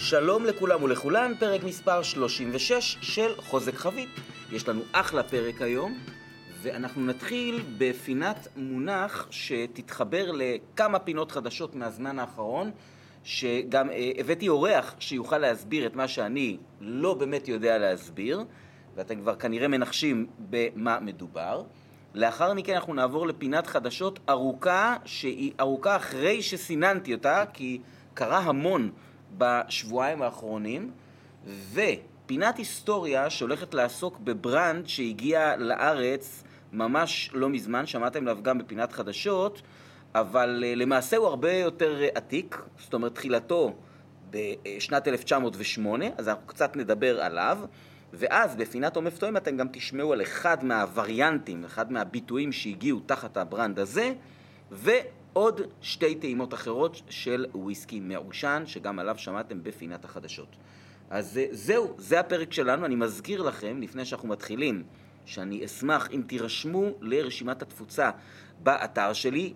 שלום לכולם ולכולן, פרק מספר 36 של חוזק חבית. יש לנו אחלה פרק היום, ואנחנו נתחיל בפינת מונח שתתחבר לכמה פינות חדשות מהזמן האחרון, שגם הבאתי אורח שיוכל להסביר את מה שאני לא באמת יודע להסביר, ואתם כבר כנראה מנחשים במה מדובר. לאחר מכן אנחנו נעבור לפינת חדשות ארוכה, שהיא ארוכה אחרי שסיננתי אותה, כי קרה המון בשבועיים האחרונים, ופינת היסטוריה שהולכת לעסוק בברנד שהגיע לארץ ממש לא מזמן, שמעתם עליו גם בפינת חדשות, אבל למעשה הוא הרבה יותר עתיק, זאת אומרת תחילתו בשנת 1908, אז אנחנו קצת נדבר עליו, ואז בפינת עומף טועים אתם גם תשמעו על אחד מהווריאנטים, אחד מהביטויים שהגיעו תחת הברנד הזה, ועוד שתי טעימות אחרות של וויסקי מעושן, שגם עליו שמעתם בפינת החדשות. אז זהו, זה הפרק שלנו. אני מזכיר לכם, לפני שאנחנו מתחילים, שאני אשמח אם תירשמו לרשימת התפוצה באתר שלי,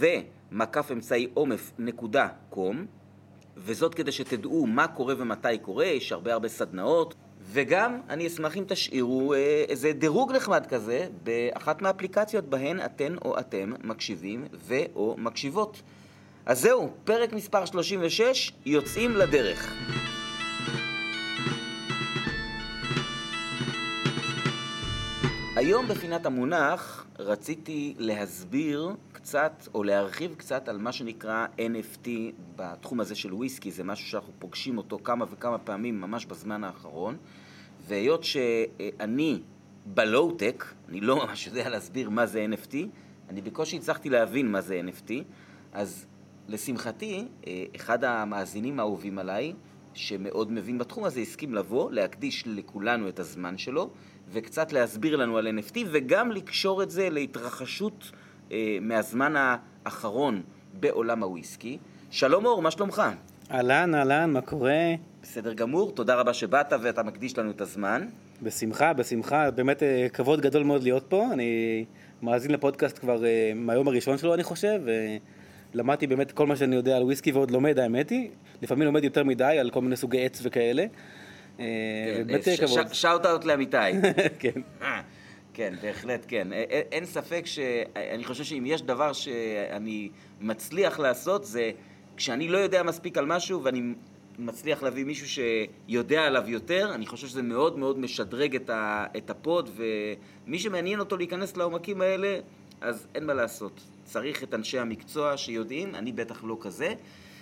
ו-אמצעי-עומף.com, וזאת כדי שתדעו מה קורה ומתי קורה, יש הרבה סדנאות, וגם אני אשמח אם תשאירו איזה דירוג נחמד כזה באחת מהאפליקציות בהן אתן או אתם מקשיבים ו/או מקשיבות. אז זהו, פרק מספר 36, יוצאים לדרך. היום בפינת המונח רציתי להסביר קצת או להרחיב קצת על מה שנקרא NFT בתחום הזה של וויסקי. זה משהו שאנחנו פוגשים אותו כמה וכמה פעמים ממש בזמן האחרון, והיות שאני בלואו-טק, אני לא ממש יודע להסביר מה זה NFT, אני בקושי הצלחתי להבין מה זה NFT, אז לשמחתי אחד המאזינים האהובים עליי שמאוד מבין בתחום הזה הסכים לבוא, להקדיש לכולנו את הזמן שלו וקצת להסביר לנו על NFT, וגם לקשור את זה להתרחשות מהזמן האחרון בעולם הוויסקי. שלום אור, מה שלומך? אהלן, מה קורה? בסדר גמור, תודה רבה שבאת ואתה מקדיש לנו את הזמן. בשמחה, באמת כבוד גדול מאוד להיות פה. אני מאזין לפודקאסט כבר מהיום הראשון שלו, אני חושב, ולמדתי באמת כל מה שאני יודע על וויסקי ועוד לומד, האמת היא. לפעמים לומד יותר מדי על כל מיני סוגי עץ וכאלה. שאוט אאוט לאמיתי. כן. כן, בהחלט כן. אין ספק שאני חושב שאם יש דבר שאני מצליח לעשות, זה כשאני לא יודע מספיק על משהו ואני מצליח להביא מישהו שיודע עליו יותר, אני חושב שזה מאוד מאוד משדרג את הפוד, ומי שמעניין אותו להיכנס לעומקים האלה, אז אין מה לעשות. צריך את אנשי המקצוע שיודעים, אני בטח לא כזה,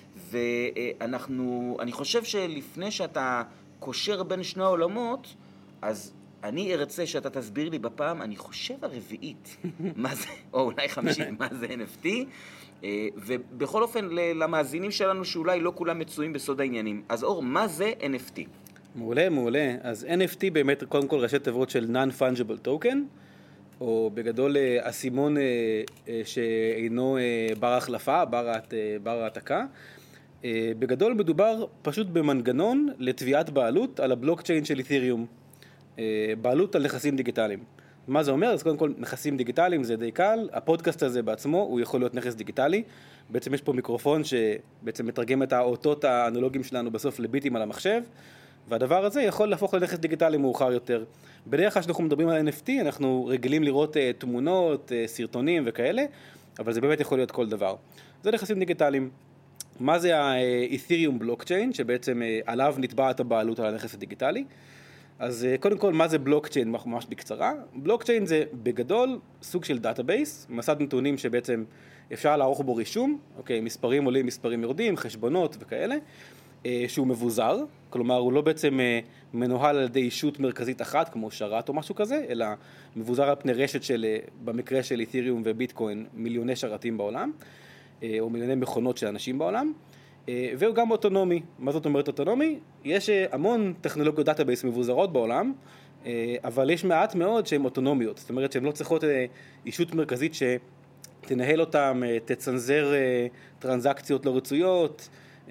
אני חושב שלפני שאתה קושר בין שני העולמות, אז אני ארצה שאתה תסביר לי בפעם, אני חושב הרביעית, מה זה, או אולי חמישית, מה זה NFT, ובכל אופן למאזינים שלנו שאולי לא כולם מצויים בסוד העניינים. אז אור, מה זה NFT? מעולה. אז NFT באמת קודם כל ראשי תיבות של Non-Fungible Token, או בגדול אסימון שאינו בר החלפה, בר העתקה. בגדול מדובר פשוט במנגנון לתביעת בעלות על הבלוקצ'יין של אית'ריום. בעלות על נכסים דיגיטליים. מה זה אומר? אז קודם כל נכסים דיגיטליים זה די קל, הפודקאסט הזה בעצמו הוא יכול להיות נכס דיגיטלי, בעצם יש פה מיקרופון שבעצם מתרגם את האותות האנלוגיים שלנו בסוף לביטים על המחשב, והדבר הזה יכול להפוך לנכס דיגיטלי מאוחר יותר. בדרך כלל שאנחנו מדברים על NFT, אנחנו רגילים לראות תמונות, סרטונים וכאלה, אבל זה באמת יכול להיות כל דבר. זה נכסים דיגיטליים. מה זה האת'ריום בלוקצ'יין, שבעצם עליו נטבעת הבעלות על הנכס הדיגיטלי? אז קודם כל, מה זה בלוקצ'יין? ממש בקצרה. בלוקצ'יין זה בגדול סוג של דאטאבייס, מסד נתונים שבעצם אפשר לערוך בו רישום, אוקיי, מספרים עולים, מספרים יורדים, חשבונות וכאלה, שהוא מבוזר, כלומר הוא לא בעצם מנוהל על ידי אישות מרכזית אחת, כמו שרת או משהו כזה, אלא מבוזר על פני רשת של, במקרה של אית'ריום וביטקוין, מיליוני שרתים בעולם, או מיליוני מכונות של אנשים בעולם, והוא גם אוטונומי. מה זאת אומרת אוטונומי? יש המון טכנולוגיות דאטאבייס מבוזרות בעולם, אבל יש מעט מאוד שהן אוטונומיות. זאת אומרת שהן לא צריכות אישות מרכזית שתנהל אותן, תצנזר טרנזקציות לא רצויות,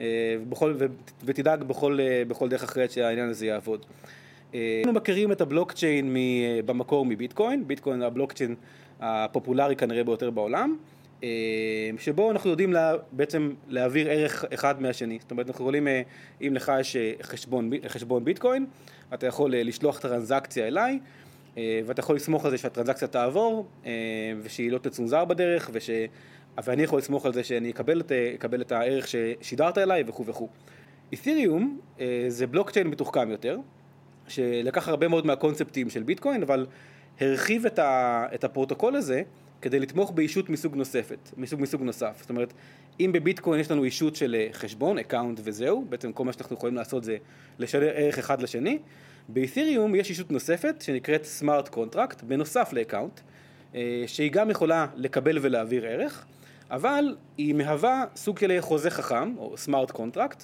ותדאג בכל דרך אחרת שהעניין הזה יעבוד. אנחנו מכירים את הבלוקצ'יין במקור מביטקוין. ביטקוין הבלוקצ'יין הפופולרי כנראה ביותר בעולם. שבו אנחנו יודעים בעצם להעביר ערך אחד מהשני. זאת אומרת, אנחנו יכולים, אם לך יש חשבון ביטקוין, אתה יכול לשלוח טרנזקציה אליי, ואתה יכול לסמוך על זה שהטרנזקציה תעבור, ושהיא לא תצונזר בדרך, ואני יכול לסמוך על זה שאני אקבל את הערך ששידרת אליי וכו' וכו'. אית'ריום זה בלוקצ'יין מתוחכם יותר, שלקח הרבה מאוד מהקונספטים של ביטקוין, אבל הרחיב את הפרוטוקול הזה כדי לתמוך באישות מסוג נוסף. זאת אומרת, אם בביטקוין יש לנו אישות של חשבון, אקאונט וזהו, בעצם כל מה שאנחנו יכולים לעשות זה לשדר ערך אחד לשני, באת'ריום יש אישות נוספת שנקראת סמארט קונטרקט, בנוסף לאקאונט, שהיא גם יכולה לקבל ולהעביר ערך, אבל היא מהווה סוג של חוזה חכם, או סמארט קונטרקט,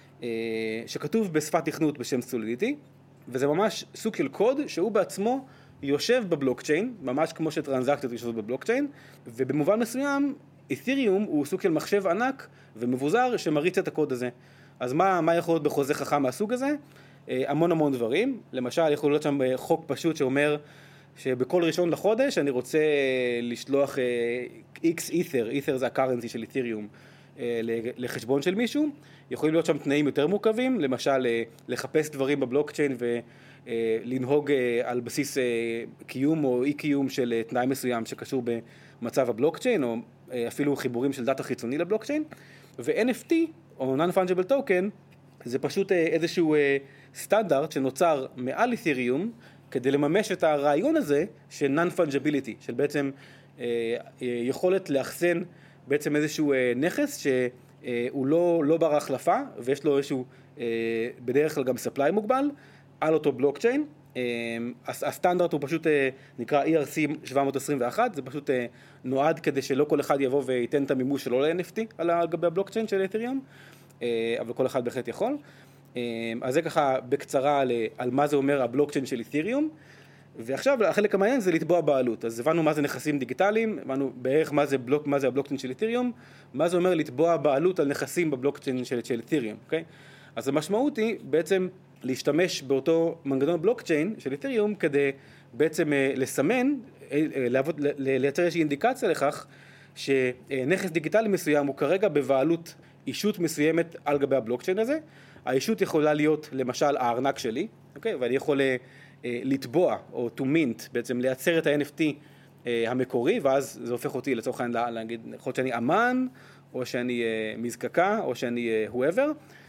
שכתוב בשפת תכנות בשם סולידיטי, וזה ממש סוג של קוד שהוא בעצמו יושב בבלוקצ'יין, ממש כמו שטרנזקציות יושבות בבלוקצ'יין, ובמובן מסוים, את'ריום הוא סוג של מחשב ענק ומבוזר שמריץ את הקוד הזה. אז מה יכול להיות בחוזה חכם מהסוג הזה? המון דברים. למשל, יכול להיות שם חוק פשוט שאומר שבכל ראשון לחודש אני רוצה לשלוח X אית'ר זה הקרנסי של את'ריום, לחשבון של מישהו. יכולים להיות שם תנאים יותר מורכבים, למשל לחפש דברים בבלוקצ'יין ולנהוג על בסיס קיום או אי קיום של תנאי מסוים שקשור במצב הבלוקצ'יין, או אפילו חיבורים של דאטה חיצוני לבלוקצ'יין. ו-NFT, או Non-Fungible Token, זה פשוט איזשהו סטנדרט שנוצר מעל את'ריום, כדי לממש את הרעיון הזה של Non-Fungibility, של בעצם יכולת לאחסן בעצם איזשהו נכס שהוא לא בר החלפה, ויש לו איזשהו, בדרך כלל גם supply מוגבל, על אותו בלוקצ'יין. הסטנדרט הוא פשוט נקרא ERC 721, זה פשוט נועד כדי שלא כל אחד יבוא וייתן את המימוש שלו ל-NFT על גבי הבלוקצ'יין של את'ריום, אבל כל אחד בהחלט יכול. אז זה ככה בקצרה על מה זה אומר הבלוקצ'יין של את'ריום. ועכשיו החלק המעניין זה לתבוע בעלות. אז הבנו מה זה נכסים דיגיטליים, הבנו בערך מה זה הבלוקצ'יין של את'ריום, מה זה אומר לתבוע בעלות על נכסים בבלוקצ'יין של את'ריום, אוקיי? אז המשמעות היא בעצם להשתמש באותו מנגנון בלוקצ'יין של את'ריום כדי בעצם לסמן, לייצר איזושהי אינדיקציה לכך שנכס דיגיטלי מסוים הוא כרגע בבעלות אישות מסוימת על גבי הבלוקצ'יין הזה. האישות יכולה להיות למשל הארנק שלי, אוקיי? ואני יכול לתבוע או to mint, בעצם לייצר את ה-NFT המקורי, ואז זה הופך אותי לצורך העניין להגיד, יכול להיות שאני אמן, או שאני מזקקה, או שאני whoever.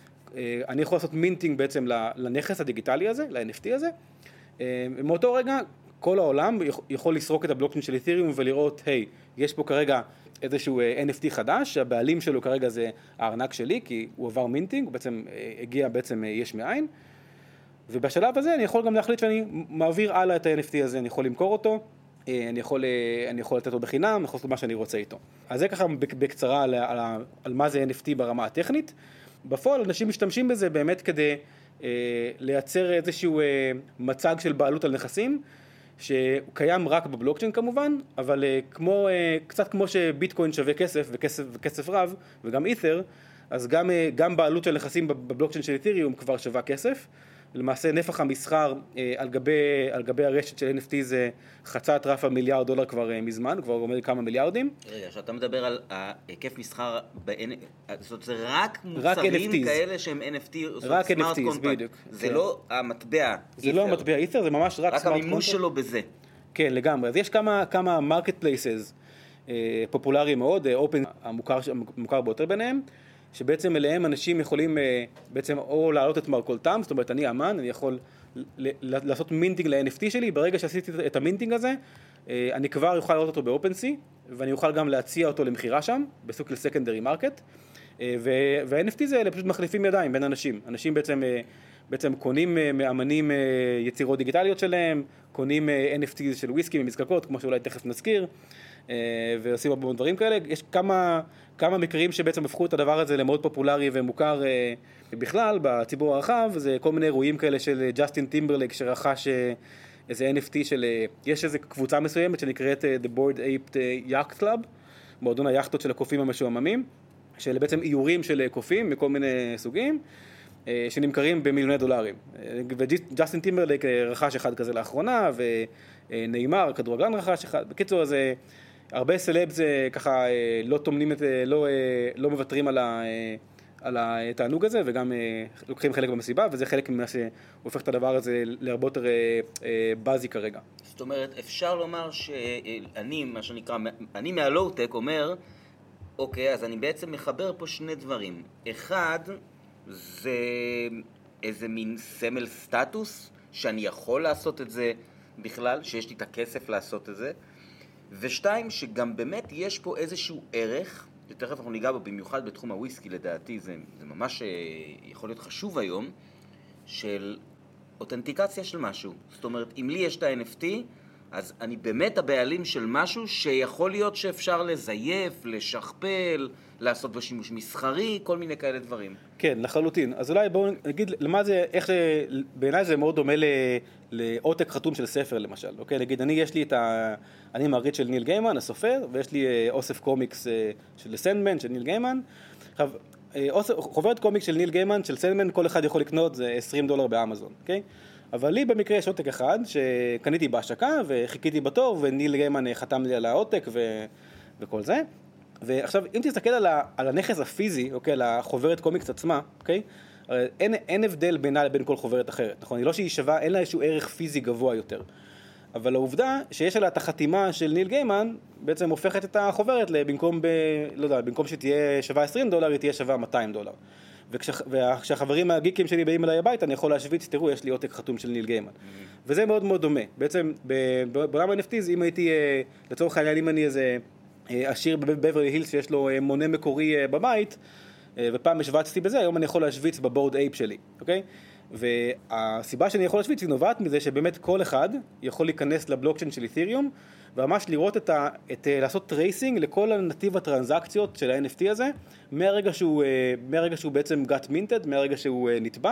אני יכול לעשות מינטינג בעצם לנכס הדיגיטלי הזה, ל-NFT הזה. מאותו רגע, כל העולם יכול לסרוק את הבלוקצ'יין של את'ריום ולראות, היי, יש פה כרגע איזשהו NFT חדש, שהבעלים שלו כרגע זה הארנק שלי, כי הוא עבר מינטינג, הוא בעצם הגיע בעצם יש מאין. ובשלב הזה אני יכול גם להחליט שאני מעביר הלאה את ה-NFT הזה, אני יכול למכור אותו, אני יכול לתת אותו בחינם, אני יכול לעשות מה שאני רוצה איתו. אז זה ככה בקצרה על מה זה NFT ברמה הטכנית. בפועל אנשים משתמשים בזה באמת כדי לייצר איזשהו מצג של בעלות על נכסים, שקיים רק בבלוקצ'יין כמובן, אבל קצת כמו שביטקוין שווה כסף וכסף רב, וגם אית'ר, אז גם בעלות של נכסים בבלוקצ'יין של את'ריום כבר שווה כסף. למעשה נפח המסחר על גבי הרשת של NFT זה חצה את רף $1 מיליארד כבר מזמן, כבר עומד כמה מיליארדים. רגע, שאתה מדבר על ההיקף מסחר, זאת אומרת, זה רק מוצרים כאלה שהם NFT, רק NFTs, בדיוק. זה לא המטבע אית'ר. זה לא המטבע אית'ר, זה ממש רק רק המימוש שלו בזה. כן, לגמרי. אז יש כמה מרקט פלייסס פופולריים מאוד, אופן המוכר ביותר ביניהם, שבעצם אליהם אנשים יכולים בעצם או להעלות את מרכולתם, זאת אומרת אני אמן, אני יכול לעשות מינטינג ל-NFT שלי, ברגע שעשיתי את המינטינג הזה, אני כבר יוכל להעלות אותו באופנסי, ואני יוכל גם להציע אותו למחירה שם, בסוג של סקנדרי מרקט, וה-NFT זה פשוט מחליפים ידיים בין אנשים. אנשים בעצם קונים מאמנים יצירות דיגיטליות שלהם, קונים NFT של וויסקי ממזקקות, כמו שאולי תכף נזכיר, ועושים הרבה דברים כאלה. יש כמה מקרים שבעצם הפכו את הדבר הזה למאוד פופולרי ומוכר בכלל בציבור הרחב. זה כל מיני אירועים כאלה של ג'סטין טימברלייק שרכש איזה NFT של, יש איזו קבוצה מסוימת שנקראת The Bored Ape Yacht Club, מועדון היאכטות של הקופים המשועממים, של בעצם איורים של קופים מכל מיני סוגים, שנמכרים במיליוני דולרים. וג'סטין טימברלייק רכש אחד כזה לאחרונה, וניימר, כדורגלן רכש אחד. בקיצור, אז הרבה סלבס ככה לא תומנים לא מוותרים על התענוג הזה, וגם לוקחים חלק במסיבה, וזה חלק ממה שהופך את הדבר הזה להרבה יותר בזי כרגע. זאת אומרת, אפשר לומר שאני, מה שנקרא, אני מהלואו-טק אומר, אוקיי, אז אני בעצם מחבר פה שני דברים. אחד, זה איזה מין סמל סטטוס, שאני יכול לעשות את זה בכלל, שיש לי את הכסף לעשות את זה. ושתיים, שגם באמת יש פה איזשהו ערך, ותכף אנחנו ניגע בו במיוחד בתחום הוויסקי, לדעתי, זה ממש יכול להיות חשוב היום, של אותנטיקציה של משהו. זאת אומרת, אם לי יש את ה-NFT, אז אני באמת הבעלים של משהו שיכול להיות שאפשר לזייף, לשכפל, לעשות בו שימוש מסחרי, כל מיני כאלה דברים. כן, לחלוטין. אז אולי בואו נגיד למה זה, איך בעיניי זה מאוד דומה לעותק חתום של ספר למשל. אוקיי, נגיד, אני מעריץ של ניל גיימן, הסופר, ויש לי אוסף קומיקס של סנדמן, של ניל גיימן. עכשיו, חוברת קומיקס של ניל גיימן, של סנדמן, כל אחד יכול לקנות, זה $20 באמזון, אוקיי? אבל לי במקרה יש עותק אחד שקניתי בהשקה וחיכיתי בתור וניל גיימן חתם לי על העותק וכל זה. ועכשיו אם תסתכל על הנכס הפיזי, אוקיי, על החוברת קומיקס עצמה, אוקיי? אין הבדל בינה לבין כל חוברת אחרת, נכון? היא לא שהיא שווה, אין לה איזשהו ערך פיזי גבוה יותר. אבל העובדה שיש עליה את החתימה של ניל גיימן בעצם הופכת את החוברת במקום שתהיה שווה $20, היא תהיה שווה $200. וכשהחברים הגיקים שלי באים אליי הביתה, אני יכול להשוויץ, תראו, יש לי עותק חתום של ניל גיימן. וזה מאוד מאוד דומה. בעצם, בעולם ה-NFTs, אם הייתי, לצורך העניין, אם אני איזה עשיר בבברלי הילס שיש לו מונה מקורי בבית, ופעם השוויצתי בזה, היום אני יכול להשוויץ בבורד אייפ שלי, אוקיי? והסיבה שאני יכול להשוויץ היא נובעת מזה שבאמת כל אחד יכול להיכנס לבלוקצ'יין של אית'ריום, וממש לראות לעשות טרייסינג לכל הנתיב הטרנזקציות של ה-NFT הזה, מהרגע שהוא בעצם got minted, מהרגע שהוא נטבע,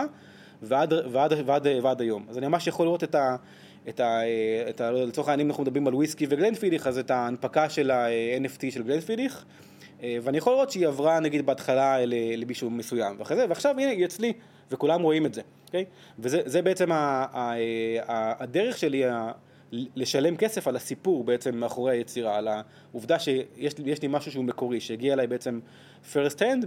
ועד היום. אז אני ממש יכול לראות לצורך העניין אנחנו מדברים על וויסקי וגלנפידיך, אז את ההנפקה של ה-NFT של גלנפידיך, ואני יכול לראות שהיא עברה נגיד בהתחלה למישהו מסוים, ועכשיו הנה היא אצלי, וכולם רואים את זה, אוקיי? וזה בעצם הדרך שלי לשלם כסף על הסיפור בעצם מאחורי היצירה, על העובדה שיש לי משהו שהוא מקורי, שהגיע אליי בעצם first hand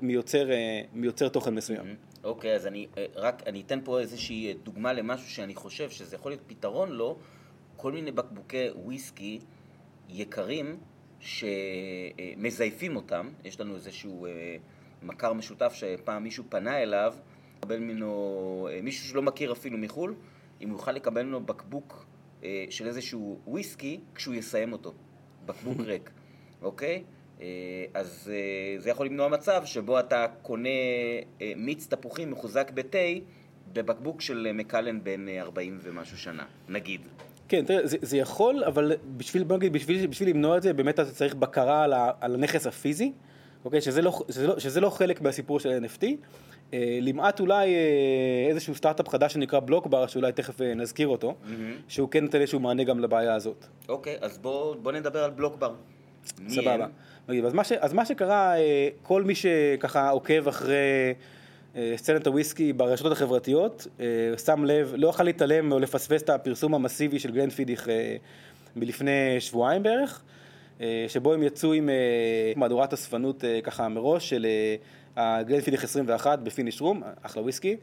מיוצר תוכן מסוים. אוקיי, אז אני אתן פה איזושהי דוגמה למשהו שאני חושב שזה יכול להיות פתרון לו, כל מיני בקבוקי וויסקי יקרים שמזייפים אותם, יש לנו איזשהו מכר משותף שפעם מישהו פנה אליו, לקבל ממנו, מישהו שלא מכיר אפילו מחול, אם הוא יוכל לקבל ממנו בקבוק של איזשהו וויסקי כשהוא יסיים אותו, בקבוק ריק, אוקיי? אז זה יכול למנוע מצב שבו אתה קונה מיץ תפוחים מחוזק בתה בבקבוק של מקלן בין 40 ומשהו שנה, נגיד. כן, תראה, זה יכול, אבל בשביל למנוע את זה, באמת אתה צריך בקרה על הנכס הפיזי, אוקיי? שזה לא חלק מהסיפור של NFT. למעט אולי איזשהו סטארט-אפ חדש שנקרא בלוקבר, שאולי תכף נזכיר אותו, שהוא כן נותן איזשהו מענה גם לבעיה הזאת. אוקיי, אז בוא נדבר על בלוקבר. סבבה. אז מה שקרה, כל מי שככה עוקב אחרי סצנת הוויסקי ברשתות החברתיות, שם לב, לא יכול להתעלם או לפספס את הפרסום המסיבי של גלנפידיך מלפני שבועיים בערך, שבו הם יצאו עם מהדורת הספנות ככה מראש של הגלנפידיך 21 בפיניש רום, אחלה וויסקי,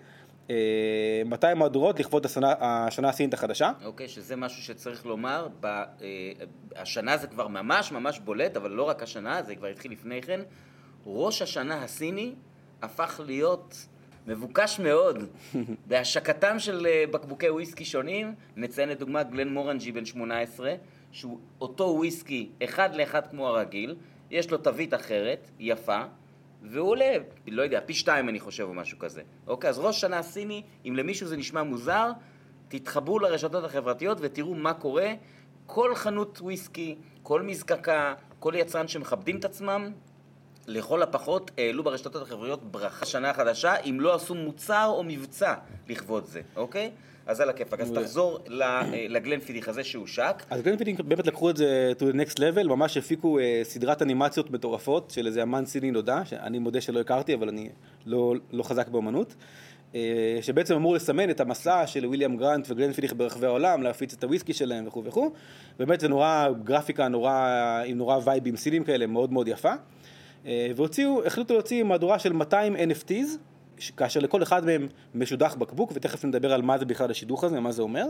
200 מהדורות לכבוד השנה הסינית החדשה. אוקיי, שזה משהו שצריך לומר, השנה זה כבר ממש ממש בולט, אבל לא רק השנה, זה כבר התחיל לפני כן, ראש השנה הסיני הפך להיות מבוקש מאוד בהשקתם של בקבוקי וויסקי שונים. נציין לדוגמה גלן מורנג'י בן 18, שהוא אותו וויסקי אחד לאחד כמו הרגיל, יש לו תווית אחרת, יפה, והוא עולה, לא יודע, פי 2 אני חושב או משהו כזה. אוקיי, אז ראש שנה הסיני, אם למישהו זה נשמע מוזר, תתחברו לרשתות החברתיות ותראו מה קורה. כל חנות וויסקי, כל מזקקה, כל יצרן שמכבדים את עצמם, לכל הפחות העלו ברשתות החברתיות ברכה שנה חדשה, אם לא עשו מוצר או מבצע לכבוד זה, אוקיי? אז על הכיפק, אז תחזור לגלנפידיך הזה שהושק. אז גלנפידיך באמת לקחו את זה to the next level, ממש הפיקו סדרת אנימציות מטורפות של איזה אמן סיני נודע, שאני מודה שלא הכרתי, אבל אני לא חזק באמנות. שבעצם אמור לסמן את המסע של וויליאם גרנט וגלנפידיך ברחבי העולם, להפיץ את הוויסקי שלהם וכו' וכו'. באמת זה נורא גרפיקה, עם נורא וייבים סינים כאלה, מאוד מאוד יפה. החליטו להוציא מהדורה של 200 NFTs, כאשר לכל אחד מהם משודח בקבוק, ותכף נדבר על מה זה בכלל השידוך הזה, מה זה אומר.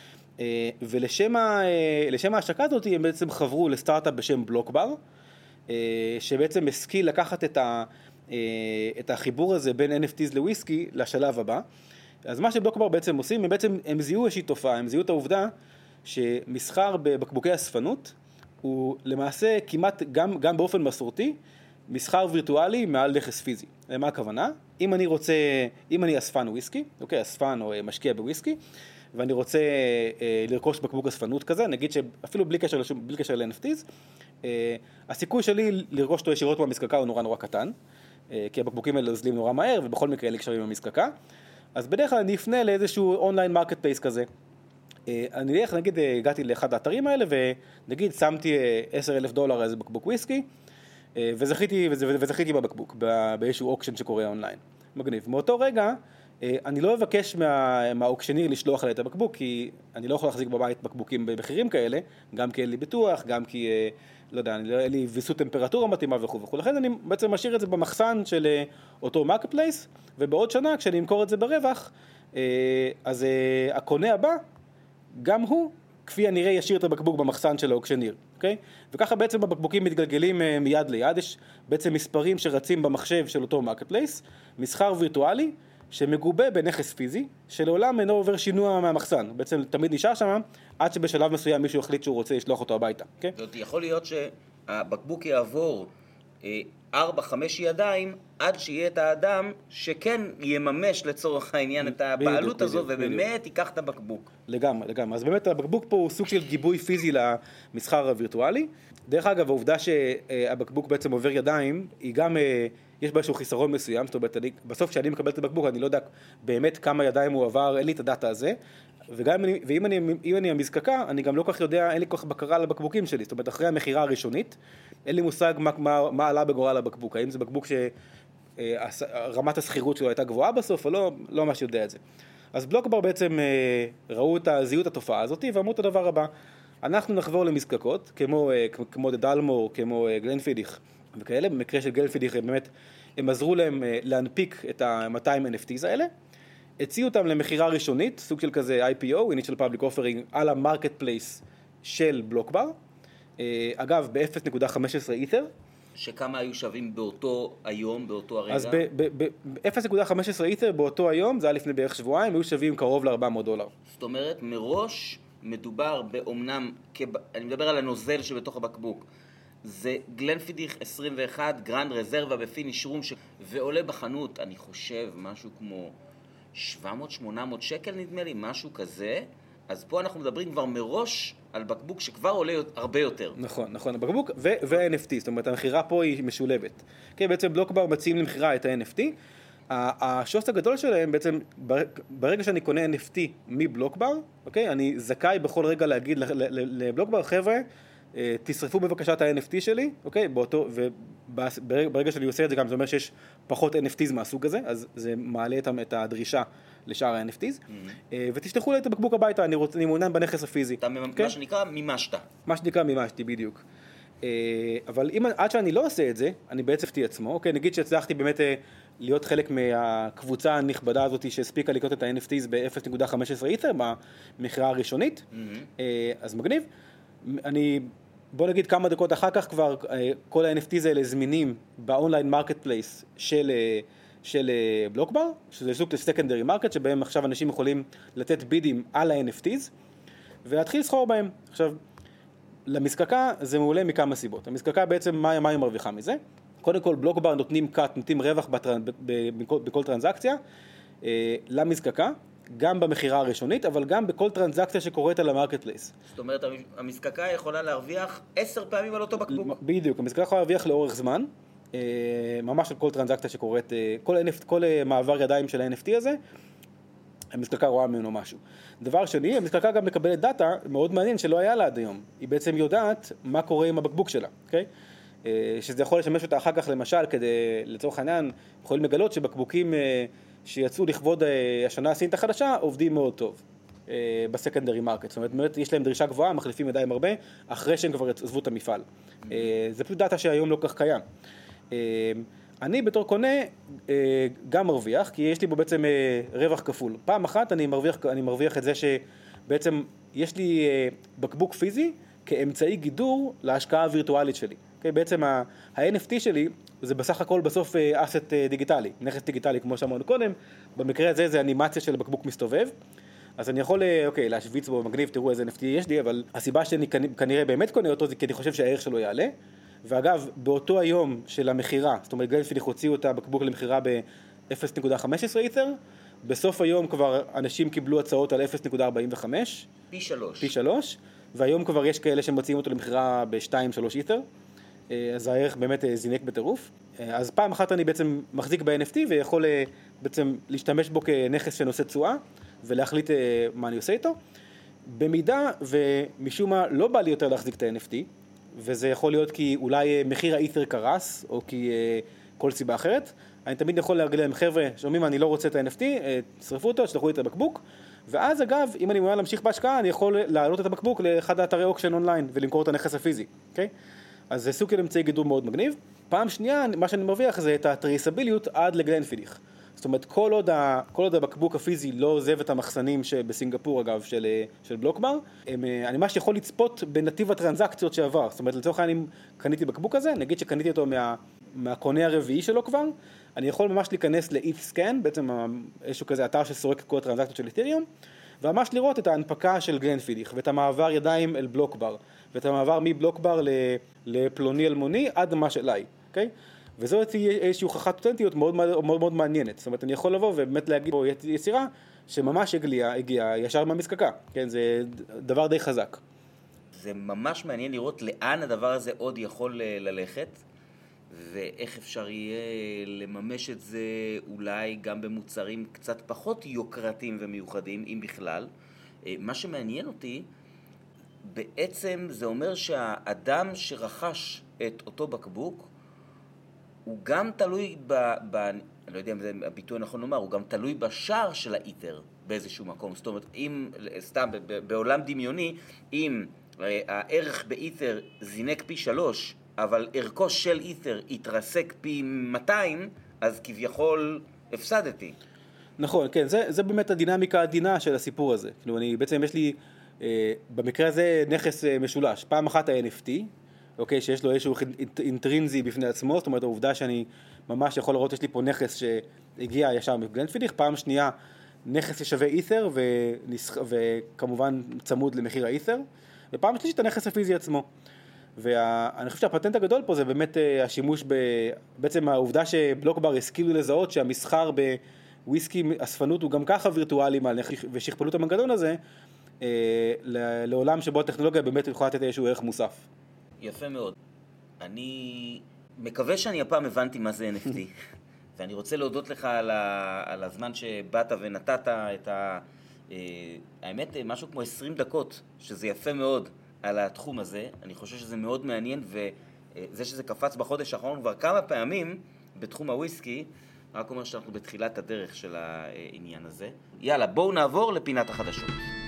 ולשם ההשקה הזאת הם בעצם חברו לסטארט-אפ בשם בלוקבר, שבעצם השכיל לקחת את החיבור הזה בין NFTs לוויסקי לשלב הבא. אז מה שבלוקבר בעצם עושים, הם זיהו איזושהי תופעה, הם זיהו את העובדה שמסחר בבקבוקי אספנות הוא למעשה כמעט גם באופן מסורתי, מסחר וירטואלי מעל נכס פיזי. למה הכוונה? אם אני אספן וויסקי, אוקיי, אספן או משקיע בוויסקי, ואני רוצה לרכוש בקבוק אספנות כזה, נגיד שאפילו בלי קשר ל-NFTs, הסיכוי שלי לרכוש אותו ישירות במזקקה הוא נורא נורא קטן, כי הבקבוקים האלה נוזלים נורא מהר, ובכל מקרה אין לי קשרים במזקקה. אז בדרך כלל אני אפנה לאיזשהו אונליין מרקט פלייס כזה. אני אלך, נגיד, הגעתי לאחד האתרים האלה, ונגיד שמתי $10,000 איזה בקבוק וויסקי, וזכיתי בבקבוק, באיזשהו אוקשן שקורה אונליין. מגניב. מאותו רגע, אני לא אבקש מהאוקשניר לשלוח עליי את הבקבוק, כי אני לא יכול להחזיק בבית בקבוקים במחירים כאלה, גם כי אין לי ביטוח, גם כי, לא יודע, אין לי ויסות טמפרטורה מתאימה וכו' וכו'. לכן אני בעצם משאיר את זה במחסן של אותו מרקט פלייס, ובעוד שנה, כשאני אמכור את זה ברווח, אז הקונה הבא, גם הוא, כפי הנראה, ישאיר את הבקבוק במחסן של האוקשניר, אוקיי? וככה בעצם הבקבוקים מתגלגלים מיד ליד, יש בעצם מספרים שרצים במחשב של אותו מרקט פלייס, מסחר וירטואלי, שמגובה בנכס פיזי, שלעולם אינו עובר שינוע מהמחסן. בעצם תמיד נשאר שם, עד שבשלב מסוים מישהו החליט שהוא רוצה לשלוח אותו הביתה. Okay? זאת יכול להיות שהבקבוק יעבור 4-5 ידיים, עד שיהיה את האדם שכן יממש לצורך העניין את הבעלות הזו, ובאמת ייקח את הבקבוק. לגמרי. אז באמת הבקבוק פה הוא סוג של גיבוי פיזי למסחר הווירטואלי. דרך אגב, העובדה שהבקבוק בעצם עובר ידיים, היא גם, יש בה איזשהו חיסרון מסוים, זאת אומרת, בסוף כשאני מקבל את הבקבוק, אני לא יודע באמת כמה ידיים הוא עבר, אין לי את הדאטה הזה, ואם אני המזקקה, אני גם לא כך יודע, אין לי כל כך בקרה על הבקבוקים שלי, זאת אומרת, אחרי המחירה הראשונית, אין לי מושג מה עלה בגורל הבקבוק, האם זה בקבוק שרמת הסחירות שלו הייתה גבוהה בסוף, או לא ממש יודע את זה. אז בלוקבר בעצם זיהו את התופעה הזאת, ואמרו את הדבר הבא, אנחנו נחבור למזקקות, כמו דלמור, כמו גלנפידיך וכאלה, במקרה של גלנפידיך באמת, הם עזרו להם להנפיק את ה-200 NFTs האלה, הציעו אותם למחירה ראשונית, סוג של כזה IPO, Initial Public Offering, על המרקט פלייס של בלוקבר, אגב, ב-0.15 אית'ר. שכמה היו שווים באותו היום, באותו הרגע? אז ב-0.15 אית'ר באותו היום, זה היה לפני בערך שבועיים, היו שווים קרוב ל$400. זאת אומרת, מראש מדובר באומנם, אני מדבר על הנוזל שבתוך הבקבוק, זה גלנפידיך 21, גרנד רזרבה בפיניש רום, ועולה בחנות, אני חושב, משהו כמו 700-800 שקל נדמה לי, משהו כזה. אז פה אנחנו מדברים כבר מראש על בקבוק שכבר עולה הרבה יותר. נכון, הבקבוק ו-NFT, זאת אומרת, המחירה פה היא משולבת. כן, בעצם בלוקבר מציעים למחירה את ה-NFT, השוס הגדול שלהם בעצם, ברגע שאני קונה NFT מבלוקבר, אוקיי, אני זכאי בכל רגע להגיד לבלוקבר, חבר'ה, תשרפו בבקשה את ה-NFT שלי, אוקיי, וברגע שאני עושה את זה גם, זה אומר שיש פחות NFTs מהסוג הזה, אז זה מעלה את הדרישה לשאר ה-NFTs, ותשלחו לי את הבקבוק הביתה, אני מעוניין בנכס הפיזי. מה שנקרא מימשת. מה שנקרא מימשתי, בדיוק. אבל עד שאני לא עושה את זה, אני בעצם FT עצמו, אוקיי, נגיד שהצלחתי באמת להיות חלק מהקבוצה הנכבדה הזאת שהספיקה לקנות את ה-NFTs ב-0.15 אית'ר, במחירה הראשונית, אז מגניב. בוא נגיד כמה דקות אחר כך כבר כל ה-NFTs האלה זמינים באונליין מרקט פלייס של בלוקבר, שזה סוג לסקנדרי מרקט, שבהם עכשיו אנשים יכולים לתת בידים על ה-NFTs, ולהתחיל לסחור בהם. עכשיו, למזקקה זה מעולה מכמה סיבות. המזקקה בעצם, מה היא מרוויחה מזה? קודם כל, בלוקבר נותנים רווח בכל טרנזקציה למזקקה, גם במחירה הראשונית, אבל גם בכל טרנזקציה שקורית על המרקט פלייס. זאת אומרת, המזקקה יכולה להרוויח 10 פעמים על אותו בקבוק. בדיוק, המזקקה יכולה להרוויח לאורך זמן, ממש על כל טרנזקציה שקורית, כל מעבר ידיים של ה-NFT הזה, המזקקה רואה ממנו משהו. דבר שני, המזקקה גם מקבלת דאטה מאוד מעניין שלא היה לה עד היום. היא בעצם יודעת מה קורה עם הבקבוק שלה, אוקיי? שזה יכול לשמש אותה אחר כך, למשל, לצורך העניין, יכולים לגלות שבקבוקים שיצאו לכבוד השנה הסינית החדשה, עובדים מאוד טוב בסקנדרי מרקט. זאת אומרת, באמת יש להם דרישה גבוהה, מחליפים ידיים הרבה, אחרי שהם כבר עזבו את המפעל. זה פשוט דאטה שהיום לא כך קיים. אני בתור קונה גם מרוויח, כי יש לי בו בעצם רווח כפול. פעם אחת אני מרוויח את זה שבעצם יש לי בקבוק פיזי כאמצעי גידור להשקעה הווירטואלית שלי. בעצם ה-NFT שלי זה בסך הכל בסוף אסט דיגיטלי, נכס דיגיטלי כמו שאמרנו קודם. במקרה הזה זה אנימציה של בקבוק מסתובב. אז אני יכול, להשוויץ בו מגניב, תראו איזה NFT יש לי, אבל הסיבה שאני כנראה באמת קונה אותו זה כי אני חושב שהערך שלו יעלה. ואגב, באותו היום של המחירה, זאת אומרת, גלנפידיך הוציאו את הבקבוק למחירה ב-0.15 אית'ר, בסוף היום כבר אנשים קיבלו הצעות על 0.45. פי 3. פי 3, והיום כבר יש כאלה שמציעים אותו למחירה ב-2-3 אית'ר, אז הערך באמת זינק בטירוף. אז פעם אחת אני בעצם מחזיק ב-NFT ויכול בעצם להשתמש בו כנכס שנושא תשואה, ולהחליט מה אני עושה איתו. במידה ומשום מה לא בא לי יותר להחזיק את ה-NFT, וזה יכול להיות כי אולי מחיר האית'ר קרס, או כי כל סיבה אחרת, אני תמיד יכול להגיד להם, חבר'ה, שומעים, אני לא רוצה את ה-NFT, תשרפו אותו, תשלחו לי את הבקבוק, ואז אגב, אם אני מעוניין להמשיך בהשקעה, אני יכול להעלות את הבקבוק לאחד האתרי אוקשן אונליין, ולמכור את הנכס הפיזי, אוקיי? אז זה סוג של אמצעי גידור מאוד מגניב. פעם שנייה, מה שאני מרוויח זה את הטרייסביליות עד לגלנפידיך. זאת אומרת, כל עוד הבקבוק הפיזי לא עוזב את המחסנים שבסינגפור, אגב, של בלוקבר, אני ממש יכול לצפות בנתיב הטרנזקציות שעבר. זאת אומרת, לצורך העניין, קניתי בקבוק הזה, נגיד שקניתי אותו מהקונה הרביעי שלו כבר, אני יכול ממש להיכנס ל-ETH-SCAN, בעצם איזשהו כזה אתר שסורק כל הטרנזקציות של אית'ריום, וממש לראות את ההנפקה של גלנפידיך, ואת המעבר ידיים אל בלוקבר, ואת המעבר מבלוקבר לפלוני אלמוני עד ממש אליי, אוקיי? וזו איזושהי הוכחת אותנטיות מאוד מאוד מאוד מעניינת. זאת אומרת, אני יכול לבוא ובאמת להגיד פה יצירה שממש הגיעה ישר מהמזקקה. כן, זה דבר די חזק. זה ממש מעניין לראות לאן הדבר הזה עוד יכול ללכת, ואיך אפשר יהיה לממש את זה אולי גם במוצרים קצת פחות יוקרתיים ומיוחדים, אם בכלל. מה שמעניין אותי, בעצם זה אומר שהאדם שרכש את אותו בקבוק, הוא גם תלוי אני לא יודע אם זה הביטוי נכון לומר, הוא גם תלוי בשער של האית'ר באיזשהו מקום. זאת אומרת, אם, סתם, בעולם דמיוני, אם הערך באית'ר זינק פי 3, אבל ערכו של אית'ר התרסק פי 200, אז כביכול הפסדתי. נכון, כן, זה באמת הדינמיקה העדינה של הסיפור הזה. כאילו, בעצם יש לי, במקרה הזה, נכס משולש. פעם אחת ה-NFT, אוקיי, שיש לו איזשהו אינטרינזי בפני עצמו, זאת אומרת, העובדה שאני ממש יכול לראות, יש לי פה נכס שהגיע ישר מגלנפידיך, פעם שנייה, נכס ששווה אית'ר, וכמובן צמוד למחיר האית'ר, ופעם שלישית, הנכס הפיזי עצמו. ואני חושב שהפטנט הגדול פה זה באמת השימוש בעצם העובדה שבלוקבר השכילו לזהות שהמסחר בוויסקי אספנות הוא גם ככה וירטואלי, ושכפלו את המנגנון הזה, לעולם שבו הטכנולוגיה באמת יכולה לתת איזשהו ערך מוסף. יפה מאוד. אני מקווה שאני הפעם הבנתי מה זה NFT, ואני רוצה להודות לך על הזמן שבאת ונתת את האמת, משהו כמו 20 דקות, שזה יפה מאוד על התחום הזה. אני חושב שזה מאוד מעניין, וזה שזה קפץ בחודש האחרון כבר כמה פעמים בתחום הוויסקי, רק אומר שאנחנו בתחילת הדרך של העניין הזה. יאללה, בואו נעבור לפינת החדשות.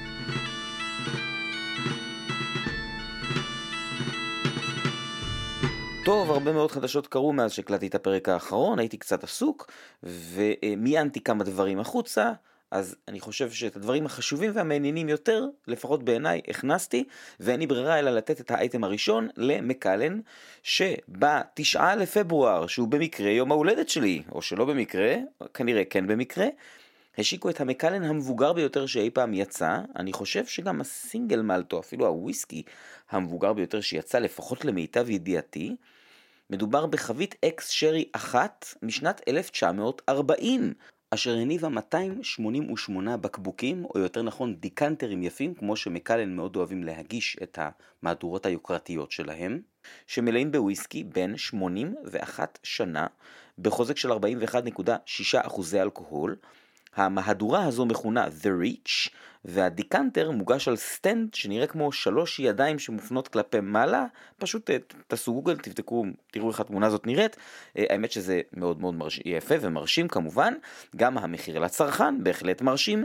טוב, הרבה מאוד חדשות קרו מאז שהקלטתי את הפרק האחרון, הייתי קצת עסוק, ומיינתי כמה דברים החוצה, אז אני חושב שאת הדברים החשובים והמעניינים יותר, לפחות בעיניי, הכנסתי, ואין לי ברירה אלא לתת את האייטם הראשון למקלן, שב-9 לפברואר, שהוא במקרה יום ההולדת שלי, או שלא במקרה, כנראה כן במקרה, השיקו את המקלן המבוגר ביותר שאי פעם יצא. אני חושב שגם הסינגל מלטו, אפילו הוויסקי המבוגר ביותר שיצא, לפחות למיטב ידיעתי, מדובר בחבית אקס שרי אחת משנת 1940, אשר הניבה 288 בקבוקים, או יותר נכון דיקנטרים יפים, כמו שמקלן מאוד אוהבים להגיש את המהדורות היוקרתיות שלהם, שמלאים בוויסקי בין 81 שנה, בחוזק של 41.6% אלכוהול. המהדורה הזו מכונה The Reach, והדיקנטר מוגש על סטנד שנראה כמו 3 ידיים שמופנות כלפי מעלה. פשוט תעשו גוגל, תבדקו, תראו איך התמונה הזאת נראית. האמת שזה מאוד מאוד יפה ומרשים כמובן. גם המחיר לצרכן בהחלט מרשים,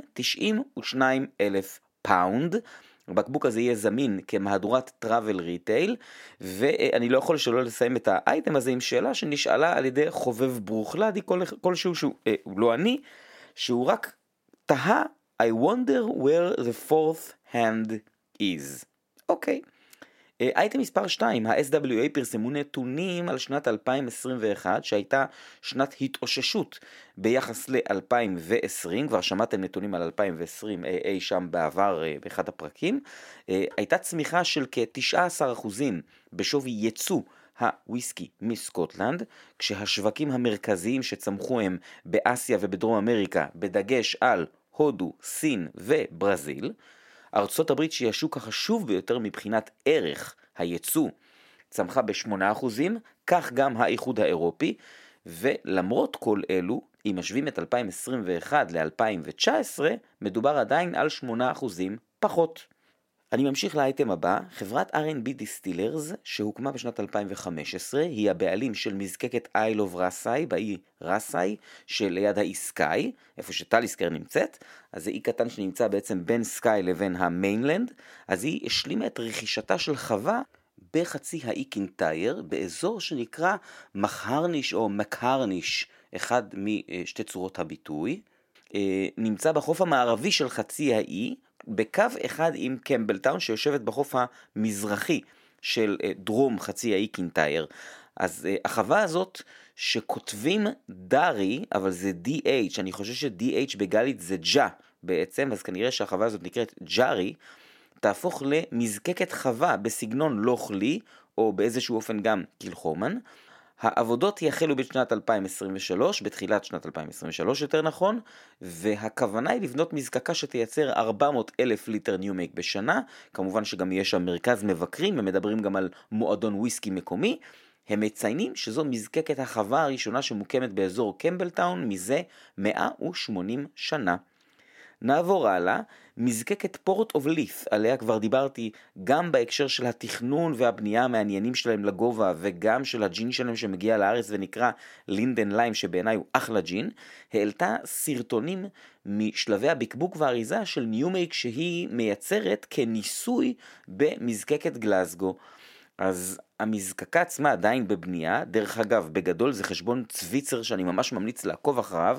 92,000 פאונד. הבקבוק הזה יהיה זמין כמהדורת טראבל ריטייל, ואני לא יכול שלא לסיים את האייטם הזה עם שאלה שנשאלה על ידי חובב ברוכלדי כלשהו, שהוא לא אני, שהוא רק תהה, I wonder where the fourth hand is. אוקיי. אייטם מספר 2, ה-SWA פרסמו נתונים על שנת 2021, שהייתה שנת התאוששות ביחס ל-2020, כבר שמעתם נתונים על 2020 אי שם בעבר באחד הפרקים, הייתה צמיחה של כ-19% בשווי ייצוא הוויסקי מסקוטלנד, כשהשווקים המרכזיים שצמחו הם באסיה ובדרום אמריקה, בדגש על הודו, סין וברזיל. ארצות הברית שהיא השוק החשוב ביותר מבחינת ערך הייצוא צמחה ב8%, כך גם האיחוד האירופי, ולמרות כל אלו, אם משווים את 2021 ל-2019, מדובר עדיין על 8% פחות. אני ממשיך לאייטם הבא. חברת R&B Distillers שהוקמה בשנת 2015 היא הבעלים של מזקקת Isle of Raasay באי ראסאי שליד האי סקאי, איפה שטליסקר נמצאת. אז זה אי קטן שנמצא בעצם בין סקאי לבין המיינלנד. אז היא השלימה את רכישתה של חווה בחצי האי קינטייר באזור שנקרא מחרניש או מקרניש, אחד משתי צורות הביטוי. נמצא בחוף המערבי של חצי האי, בקו אחד עם קמבלטאון שיושבת בחוף המזרחי של דרום חצי האי קינטייר. אז החווה הזאת שכותבים דרי, אבל זה DH, אני חושב ש-DH בגלית זה ג'ה בעצם, אז כנראה שהחווה הזאת נקראת ג'ארי, תהפוך למזקקת חווה בסגנון לוחלי, או באיזשהו אופן גם קילחומן. העבודות יחלו בשנת 2023, בתחילת שנת 2023 יותר נכון, והכוונה היא לבנות מזקקה שתייצר 400,000 ליטר ניו-מייק בשנה. כמובן שגם יש שם מרכז מבקרים, הם מדברים גם על מועדון וויסקי מקומי. הם מציינים שזו מזקקת החווה הראשונה שמוקמת באזור קמבלטאון מזה 180 שנה. נעבור הלאה, מזקקת פורט אוף ליף, עליה כבר דיברתי גם בהקשר של התכנון והבנייה המעניינים שלהם לגובה, וגם של הג'ין שלהם שמגיע לארץ ונקרא לינדן ליים, שבעיניי הוא אחלה ג'ין, העלתה סרטונים משלבי הבקבוק והאריזה של ניו-מייק שהיא מייצרת כניסוי במזקקת גלסגו. אז המזקקה עצמה עדיין בבנייה, דרך אגב בגדול זה חשבון צוויצר שאני ממש ממליץ לעקוב אחריו.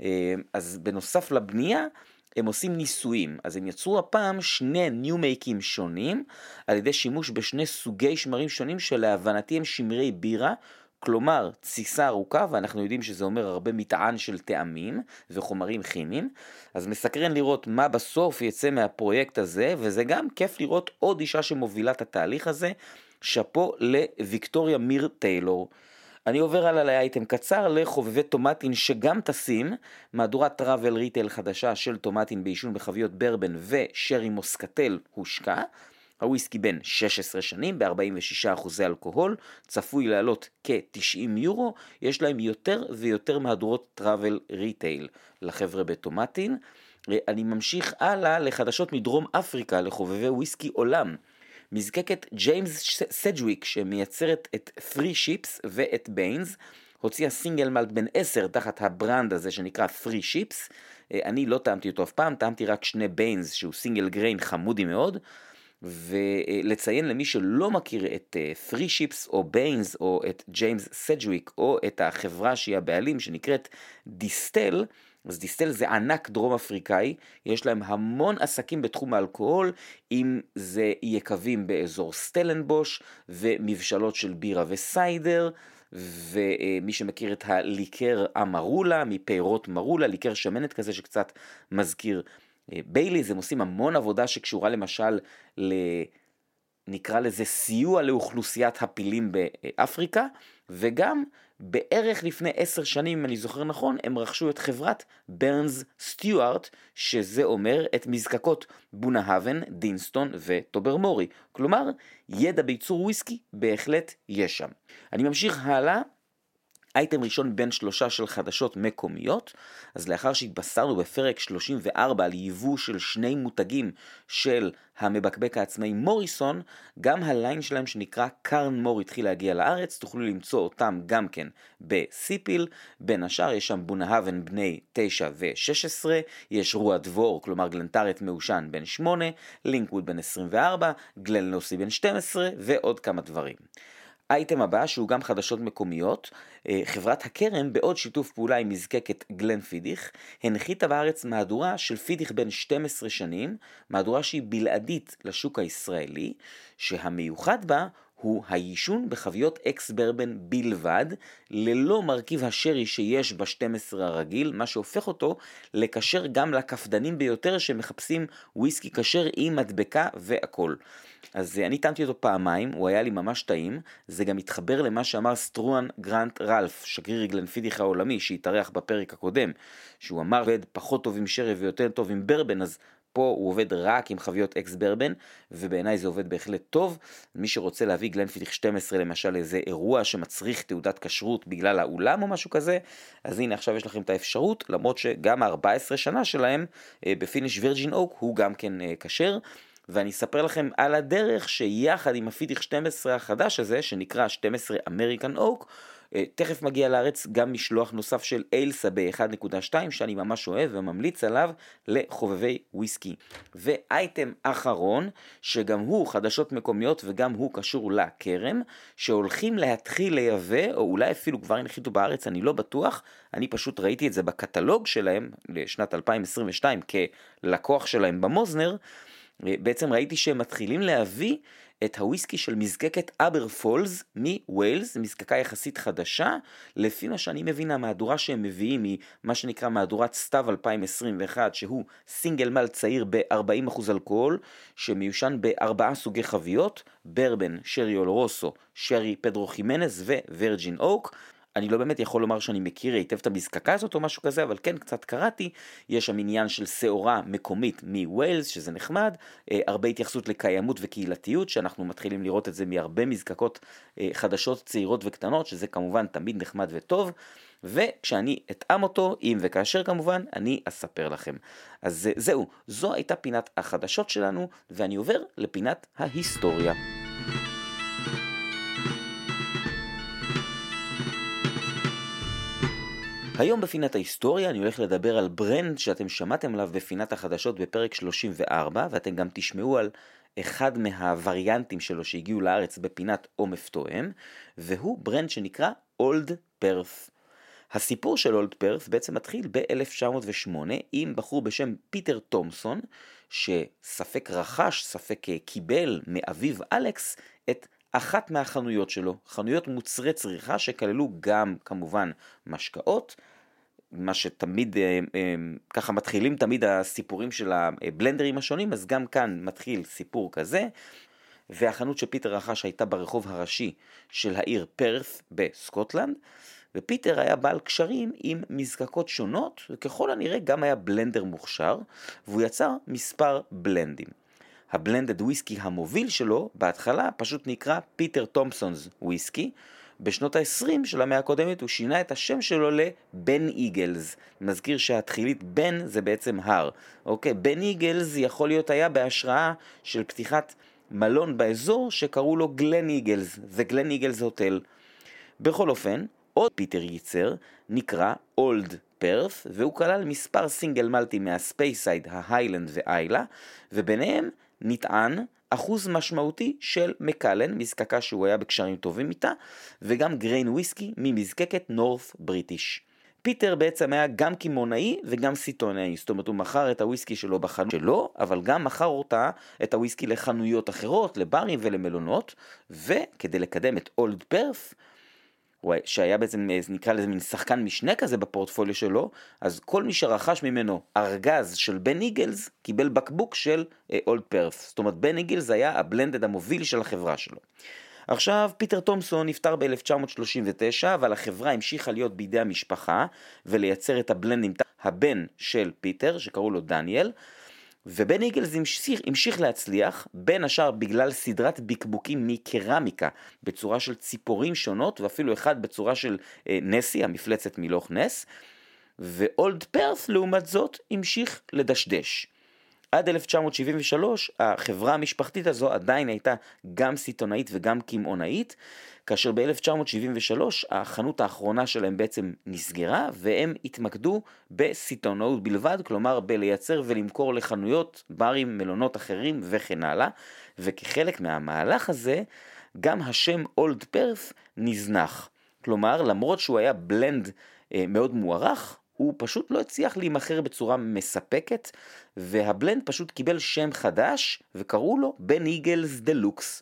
אז בנוסף לבנייה הם עושים ניסויים, אז הם יצרו הפעם 2 ניו-מייקים שונים על ידי שימוש בשני סוגי שמרים שונים שלהבנתי הם שמרי בירה, כלומר תסיסה ארוכה, ואנחנו יודעים שזה אומר הרבה מטען של טעמים וחומרים כימיים. אז מסקרן לראות מה בסוף יצא מהפרויקט הזה, וזה גם כיף לראות עוד אישה שמובילה את התהליך הזה. שפו לוויקטוריה מיר טיילור. אני עובר הלאה לאייטם קצר לחובבי טומטין שגם טסים, מהדורת טראבל ריטייל חדשה של טומטין בעישון בחביות ברבן ושרי מוסקטל הושקע. הוויסקי בן 16 שנים ב-46% אלכוהול, צפוי לעלות כ-90 יורו, יש להם יותר ויותר מהדורות טראבל ריטייל לחבר'ה בטומטין. אני ממשיך הלאה לחדשות מדרום אפריקה לחובבי וויסקי עולם. מזקקת ג'יימס סג'וויק שמייצרת את 3 שיפס ואת ביינס, הוציאה סינגל מלט בן 10 תחת הברנד הזה שנקרא 3 שיפס. אני לא טעמתי אותו אף פעם, טעמתי רק 2 ביינס שהוא סינגל גריין חמודי מאוד. ולציין למי שלא מכיר את 3 שיפס או ביינס או את ג'יימס סג'וויק או את החברה שהיא הבעלים שנקראת דיסטל. אז דיסטל זה ענק דרום אפריקאי, יש להם המון עסקים בתחום האלכוהול, אם זה יקבים באזור סטלנבוש ומבשלות של בירה וסיידר, ומי שמכיר את הליקר אמרולה, מפירות מרולה, ליקר שמנת כזה שקצת מזכיר בייליז. הם עושים המון עבודה שקשורה למשל נקרא לזה סיוע לאוכלוסיית הפילים באפריקה, וגם בערך לפני 10 שנים, אם אני זוכר נכון, הם רכשו את חברת ברנס סטיוארט, שזה אומר את מזקקות בונהאבן, דינסטון וטוברמורי. כלומר, ידע בייצור וויסקי בהחלט יש שם. אני ממשיך הלאה. אייטם ראשון בין 3 של חדשות מקומיות. אז לאחר שהתבשרנו בפרק 34 על ייבוא של 2 מותגים של המבקבק העצמאי מוריסון, גם הליין שלהם שנקרא קרן מור התחיל להגיע לארץ, תוכלו למצוא אותם גם כן בסיפיל. בין השאר יש שם בונהבן בני 9 ו-16, יש רוע דבור, כלומר גלנטרט מעושן בן 8, לינקווד בן 24, גלנלוסי בן 12 ועוד כמה דברים. האייטם הבא, שהוא גם חדשות מקומיות, חברת הכרם בעוד שיתוף פעולה עם מזקקת גלן פידיך, הנחיתה בארץ מהדורה של פידיך בן 12 שנים, מהדורה שהיא בלעדית לשוק הישראלי, שהמיוחד בה הוא היישון בחביות אקס ברבן בלבד, ללא מרכיב השרי שיש ב-12 הרגיל, מה שהופך אותו לקשר גם לקפדנים ביותר שמחפשים וויסקי קשר עם מדבקה והכל. אז אני טעמתי אותו פעמיים, הוא היה לי ממש טעים, זה גם מתחבר למה שאמר סטרואן גרנט רלף, שגריר גלנפידיך העולמי שהתארח בפרק הקודם, שהוא אמר עובד פחות טוב עם שרי ויותר טוב עם ברבן, אז פה הוא עובד רק עם חביות אקס ברבן, ובעיניי זה עובד בהחלט טוב. מי שרוצה להביא גלנפידיך 12 למשל איזה אירוע שמצריך תעודת כשרות בגלל האולם או משהו כזה, אז הנה עכשיו יש לכם את האפשרות, למרות שגם ה-14 שנה שלהם בפיניש וירג'ין אוק הוא גם כן כשר. ואני אספר לכם על הדרך שיחד עם הפידיך 12 החדש הזה, שנקרא 12 אמריקן אוק, תכף מגיע לארץ גם משלוח נוסף של איילסה ב-1.2 שאני ממש אוהב וממליץ עליו לחובבי וויסקי. ואייטם אחרון, שגם הוא חדשות מקומיות וגם הוא קשור לכרם, שהולכים להתחיל לייבא, או אולי אפילו כבר הנחיתו בארץ, אני לא בטוח, אני פשוט ראיתי את זה בקטלוג שלהם לשנת 2022 כלקוח שלהם במוזנר, בעצם ראיתי שהם מתחילים להביא את הוויסקי של מזקקת Aber Falls מווילס, מזקקה יחסית חדשה, לפי מה שאני מבין המהדורה שהם מביאים היא מה שנקרא מהדורת סתיו 2021, שהוא סינגל מל צעיר ב-40% אלכוהול, שמיושן ב4 סוגי חביות, ברבן, שרי אולרוסו, שרי פדרו חימנז ווירג'ין אוק. אני לא באמת יכול לומר שאני מכיר היטב את המזקקה הזאת או משהו כזה, אבל כן קצת קראתי, יש שם עניין של שעורה מקומית מווילס, שזה נחמד, הרבה התייחסות לקיימות וקהילתיות, שאנחנו מתחילים לראות את זה מהרבה מזקקות חדשות, צעירות וקטנות, שזה כמובן תמיד נחמד וטוב, וכשאני אטעם אותו, אם וכאשר כמובן, אני אספר לכם. אז זהו, זו הייתה פינת החדשות שלנו, ואני עובר לפינת ההיסטוריה. היום בפינת ההיסטוריה אני הולך לדבר על ברנד שאתם שמעתם עליו בפינת החדשות בפרק 34, ואתם גם תשמעו על אחד מהווריאנטים שלו שהגיעו לארץ בפינת עומף תואם, והוא ברנד שנקרא אולד פרת'. הסיפור של אולד פרת' בעצם מתחיל ב-1908 עם בחור בשם פיטר תומסון, שספק רכש, ספק קיבל מאביו אלכס את אחת מהחנויות שלו, חנויות מוצרי צריכה שכללו גם כמובן משקאות, מה שתמיד, ככה מתחילים תמיד הסיפורים של הבלנדרים השונים, אז גם כאן מתחיל סיפור כזה, והחנות שפיטר רכש הייתה ברחוב הראשי של העיר פרת' בסקוטלנד, ופיטר היה בעל קשרים עם מזקקות שונות, וככל הנראה גם היה בלנדר מוכשר, והוא יצר מספר בלנדים. הבלנדד וויסקי המוביל שלו בהתחלה פשוט נקרא פיטר תומפסונס וויסקי. בשנות ה-20 של המאה הקודמת הוא שינה את השם שלו לבן איגלס. מזכיר שהתחילית בן זה בעצם הר. אוקיי, בן איגלס יכול להיות היה בהשראה של פתיחת מלון באזור שקראו לו גלן איגלס, וגלן איגלס הוטל. בכל אופן, עוד פיטר ייצר נקרא אולד פרת' והוא כלל מספר סינגל מלטי מהספייסייד, ההיילנד ואיילה, וביניהם נטען אחוז משמעותי של מקלן, מזקקה שהוא היה בקשרים טובים איתה, וגם גריין וויסקי ממזקקת נורת' בריטיש. פיטר בעצם היה גם קימונאי וגם סיטונאי, זאת אומרת הוא מכר את הוויסקי שלו בחנות שלו, אבל גם מכר אותה את הוויסקי לחנויות אחרות, לברים ולמלונות, וכדי לקדם את אולד פרת' שהיה בעצם נקרא לזה מין שחקן משנה כזה בפורטפוליו שלו, אז כל מי שרכש ממנו ארגז של בן איגלס קיבל בקבוק של אולד פרת'. זאת אומרת בן איגלס היה הבלנדד המוביל של החברה שלו. עכשיו פיטר תומסון נפטר ב-1939, אבל החברה המשיכה להיות בידי המשפחה ולייצר את הבלנדים. הבן של פיטר שקראו לו דניאל, ובן איגלס המשיך להצליח, בין השאר בגלל סדרת בקבוקים מקרמיקה, בצורה של ציפורים שונות, ואפילו אחד בצורה של נסי, המפלצת מלוך נס, ואולד פרת' לעומת זאת המשיך לדשדש. עד 1973 החברה המשפחתית הזו עדיין הייתה גם סיטונאית וגם קמעונאית, כאשר ב-1973 החנות האחרונה שלהם בעצם נסגרה, והם התמקדו בסיטונאות בלבד, כלומר בלייצר ולמכור לחנויות, ברים, מלונות אחרים וכן הלאה, וכחלק מהמהלך הזה גם השם אולד פרת' נזנח. כלומר, למרות שהוא היה בלנד מאוד מוערך, הוא פשוט לא הצליח להימכר בצורה מספקת, והבלנד פשוט קיבל שם חדש, וקראו לו בן איגלס דלוקס.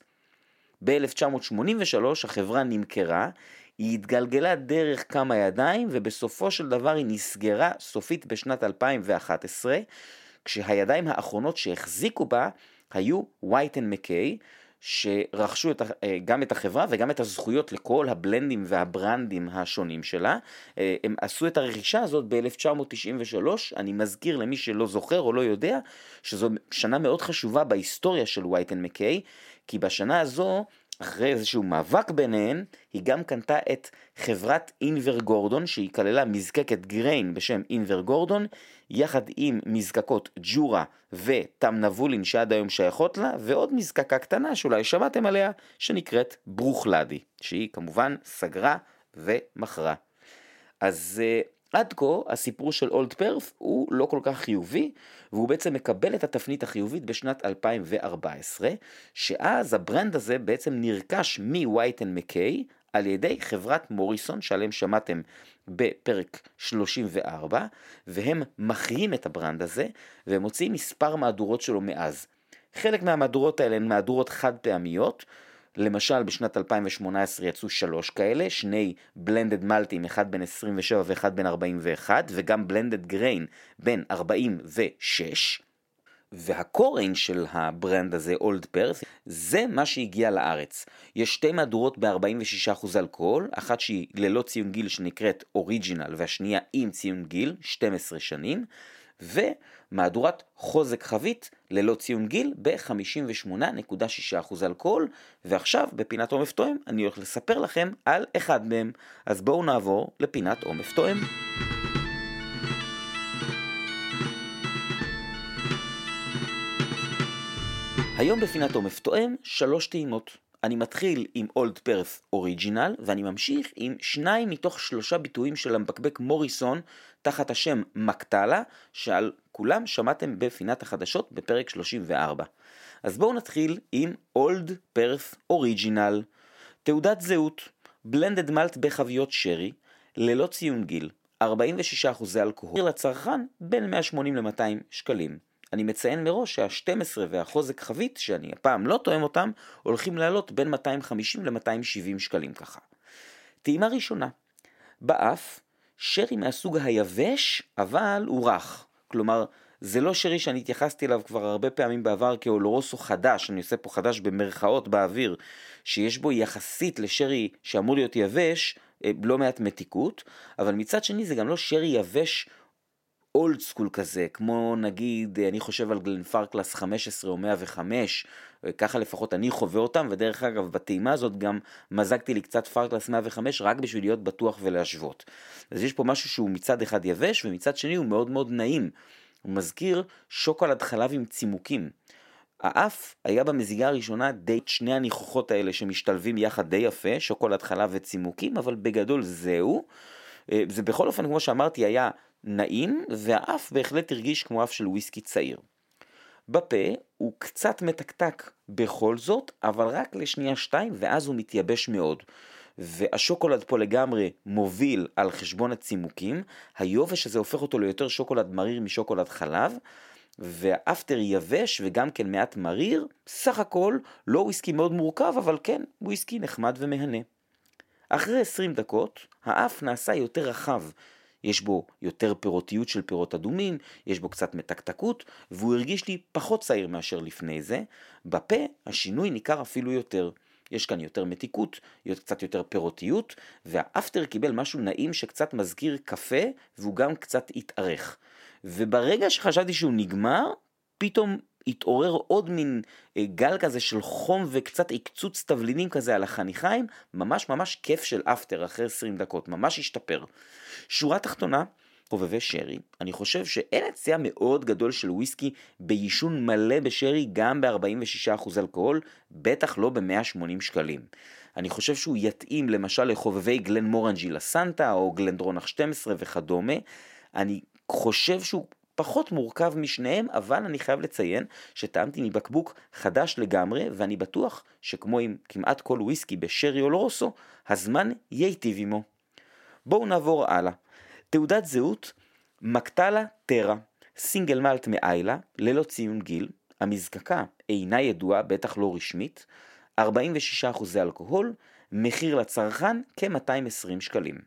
ב-1983 החברה נמכרה, היא התגלגלה דרך כמה ידיים, ובסופו של דבר היא נסגרה סופית בשנת 2011, כשהידיים האחרונות שהחזיקו בה היו ווייט אנד מקיי, שרכשו גם את החברה וגם את הזכויות לכל הבלנדים והברנדים השונים שלה. הם עשו את הרכישה הזאת ב-1993, אני מזכיר למי שלא זוכר או לא יודע, שזו שנה מאוד חשובה בהיסטוריה של ווייט אנד מקיי, כי בשנה הזו, אחרי איזשהו מאבק ביניהן, היא גם קנתה את חברת אינבר גורדון, שהיא כללה מזקקת גריין בשם אינבר גורדון, יחד עם מזקקות ג'ורה וטמנבולין שעד היום שייכות לה, ועוד מזקקה קטנה שאולי שמעתם עליה, שנקראת ברוכלדי, שהיא כמובן סגרה ומכרה. אז עד כה הסיפור של אולד פרת' הוא לא כל כך חיובי, והוא בעצם מקבל את התפנית החיובית בשנת 2014, שאז הברנד הזה בעצם נרכש מווייט אנד מקיי על ידי חברת מוריסון, שעליהם שמעתם בפרק 34, והם מחיים את הברנד הזה, והם מוציאים מספר מהדורות שלו מאז. חלק מהמהדורות האלה הן מהדורות חד פעמיות, למשל בשנת 2018 יצאו 3 כאלה, 2 בלנדד מלטים, אחד בין 27 ואחד בין 41, וגם בלנדד גריין בין 46, והקוריין של הברנד הזה, אולד פרת', זה מה שהגיע לארץ. יש 2 מהדורות ב-46% אלכוהול, אחת שהיא ללא ציון גיל שנקראת אוריג'ינל, והשנייה עם ציון גיל, 12 שנים, ומהדורת חוזק חבית ללא ציון גיל ב-58.6% אלכוהול, ועכשיו בפינת עומף תואם אני הולך לספר לכם על אחד מהם, אז בואו נעבור לפינת עומף תואם. היום בפינת עומף תואם 3 טעימות. אני מתחיל עם אולד פרת' אוריג'ינל, ואני ממשיך עם 2 מתוך 3 ביטויים של המבקבק מוריסון, תחת השם מקטלה, שעל כולם שמעתם בפינת החדשות בפרק 34. אז בואו נתחיל עם אולד פרת' אוריג'ינל. תעודת זהות, בלנדד מלט בחביות שרי, ללא ציון גיל, 46% אלכוהול, לצרכן בין 180 ל-200 שקלים. אני מציין מראש שה-12 והחוזק חבית, שאני הפעם לא תואם אותם, הולכים לעלות בין 250 ל-270 שקלים ככה. טעימה ראשונה, באף, שרי מהסוג היבש, אבל הוא רך. כלומר, זה לא שרי שאני התייחסתי אליו כבר הרבה פעמים בעבר כאולורוסו חדש, אני עושה פה חדש במרכאות באוויר, שיש בו יחסית לשרי שאמור להיות יבש, לא מעט מתיקות, אבל מצד שני זה גם לא שרי יבש אולד סקול כזה, כמו נגיד, אני חושב על גלנפרקלס 15 או 105, ככה לפחות אני חווה אותם, ודרך אגב בטעימה הזאת גם מזגתי לי קצת פרקלס 105 רק בשביל להיות בטוח ולהשוות. אז יש פה משהו שהוא מצד אחד יבש, ומצד שני הוא מאוד מאוד נעים. הוא מזכיר שוקולד חלב עם צימוקים. האף היה במזיגה הראשונה די 2 הניחוחות האלה שמשתלבים יחד די יפה, שוקולד חלב וצימוקים, אבל בגדול זהו. זה בכל אופן, כמו שאמרתי, היה נעים, והאף בהחלט הרגיש כמו אף של וויסקי צעיר. בפה הוא קצת מתקתק בכל זאת, אבל רק לשנייה 2, ואז הוא מתייבש מאוד. והשוקולד פה לגמרי מוביל על חשבון הצימוקים, היובש הזה הופך אותו ליותר שוקולד מריר משוקולד חלב, והאפטר יבש וגם כן מעט מריר, סך הכל לא וויסקי מאוד מורכב, אבל כן וויסקי נחמד ומהנה. אחרי 20 דקות, האף נעשה יותר רחב, יש בו יותר פירותיות של פירות אדומים, יש בו קצת מתקתקות, והוא הרגיש לי פחות צעיר מאשר לפני זה. בפה השינוי ניכר אפילו יותר. יש כאן יותר מתיקות, קצת יותר פירותיות, והאפטר קיבל משהו נעים שקצת מזכיר קפה, והוא גם קצת התארך. וברגע שחשבתי שהוא נגמר, פתאום התעורר עוד מין גל כזה של חום וקצת עקצוץ תבלינים כזה על החניכיים, ממש ממש כיף של אפטר אחרי 20 דקות, ממש השתפר. שורה תחתונה, חובבי שרי, אני חושב שאין היצע מאוד גדול של וויסקי ביישון מלא בשרי גם ב-46% אלכוהול, בטח לא ב-180 שקלים. אני חושב שהוא יתאים למשל לחובבי גלן מורנג'י לסנטה או גלנדרונח 12 וכדומה. אני חושב שהוא פחות מורכב משניהם, אבל אני חייב לציין שטעמתי מבקבוק חדש לגמרי, ואני בטוח שכמו עם כמעט כל וויסקי בשרי אולרוסו, הזמן ייטיב עמו. בואו נעבור הלאה. תעודת זהות, מקטלה טרה, סינגל מלט מאיילה, ללא ציון גיל, המזקקה אינה ידועה, בטח לא רשמית, 46% אלכוהול, מחיר לצרכן כ-220 שקלים.